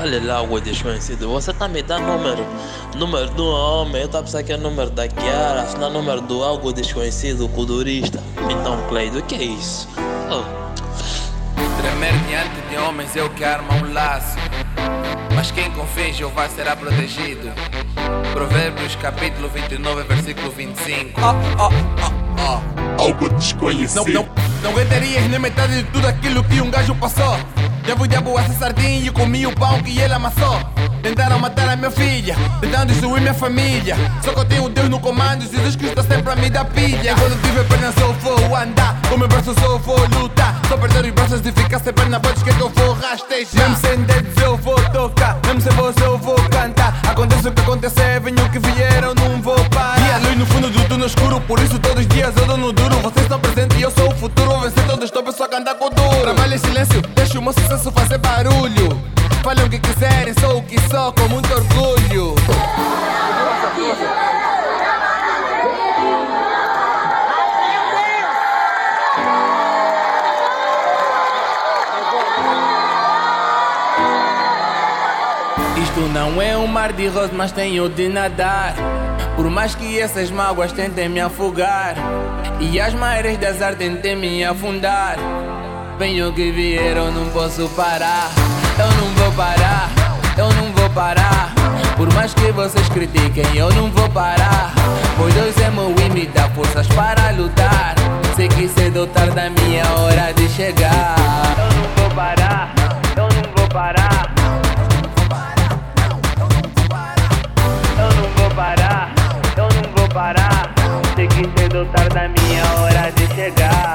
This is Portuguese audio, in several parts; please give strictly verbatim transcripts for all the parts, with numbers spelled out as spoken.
Olha lá o desconhecido, você tá me dando número, número do homem, eu tô a pensar que é número da Kiara, se não é número do algo desconhecido, culturista. Então, Cleido, o que é isso? Oh. Tremer diante de homens é o que arma um laço, mas quem confia em Jeová será protegido. Provérbios capítulo vinte e nove, versículo vinte e cinco. Oh, oh, oh, oh. Algo desconhecido. Não, não, não aguentarias nem metade de tudo aquilo que um gajo passou. Já fui diabo essa sardinha e comi o pão que ele amassou. Tentaram matar a minha filha, tentando destruir minha família. Só que eu tenho Deus no comando, Jesus Cristo está sempre a me dar pilha. Enquanto tiver perna só vou andar, com meu braço só vou lutar. Só perder os braços de ficar sem perna, pode esquecer que eu vou rastejar. Mesmo sem dedos eu vou tocar, mesmo sem voz eu vou cantar. Acontece o que acontecer, venho o que vier eu não vou parar. E a luz no fundo do túnel escuro, por isso todos os dias eu dou no duro. Vocês estão presentes e eu sou o futuro, vou vencer todos, estou só cantar com duro. Trabalho em silêncio, deixa o meu sucesso fazer barulho. Falem o que quiserem, sou o que sou, com muito orgulho. Isto não é um mar de rosas, mas tenho de nadar. Por mais que essas mágoas tentem me afogar e as marés das artes tentem me afundar, venho que vier, eu não posso parar. Eu não vou parar, eu não vou parar. Por mais que vocês critiquem, eu não vou parar. Pois Deus é meu e me dá forças para lutar. Sei que cedo ou tarde a minha hora de chegar. Eu não vou parar, eu não vou parar. Eu não vou parar, eu não vou parar. Sei que cedo ou tarde a minha hora de chegar.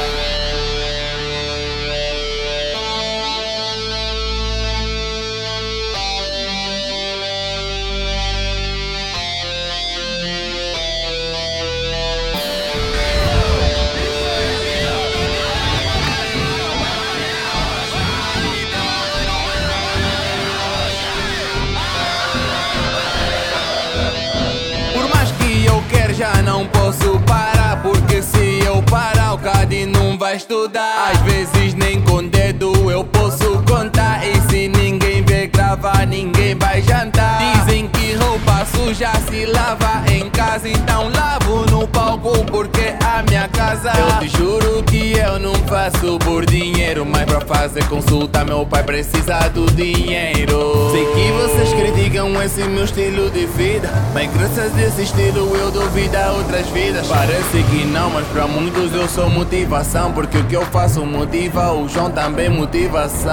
Já não posso parar, porque se eu parar o Cadi não vai estudar. Às vezes nem com dedo eu posso contar, e se ninguém vê gravar, ninguém vai jantar. Dizem que roupa suja se lava em casa, então lavo no palco porque a minha casa. Eu te juro que eu não faço por dinheiro, mas pra fazer consulta meu pai precisa do dinheiro. Sei que vocês criticam esse meu estilo de vida, mas graças a esse estilo eu dou vida a outras vidas. Parece que não, mas pra muitos eu sou motivação, porque o que eu faço motiva, o João também motivação.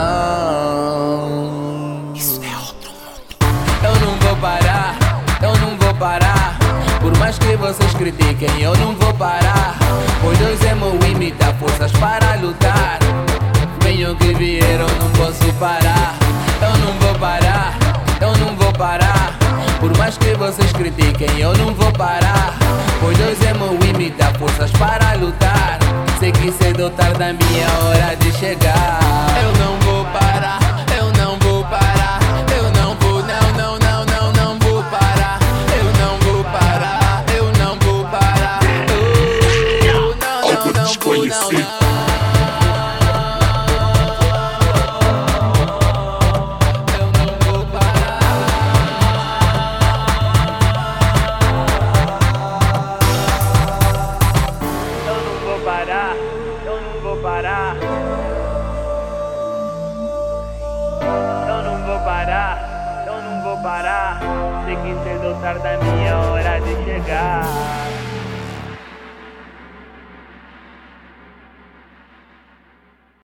Isso é outro mundo. Eu não vou parar, eu não vou parar. Por mais que vocês critiquem, eu não vou parar. Pois Deus é meu e me dá forças para lutar. Venho que vier, eu não posso parar. Eu não vou parar, eu não vou parar. Por mais que vocês critiquem, eu não vou parar. Pois Deus é meu e me dá forças para lutar. Sei que cedo ou tarde a minha hora de chegar. Eu não vou parar, eu não vou parar. Eu não vou, não, não, não, não, não vou parar. Eu não vou parar, eu não vou parar. Oh, não, não, não vou, não, não. Eu não vou parar. Eu não vou parar. Eu não vou parar. Sei que cedo ou tarde a minha hora de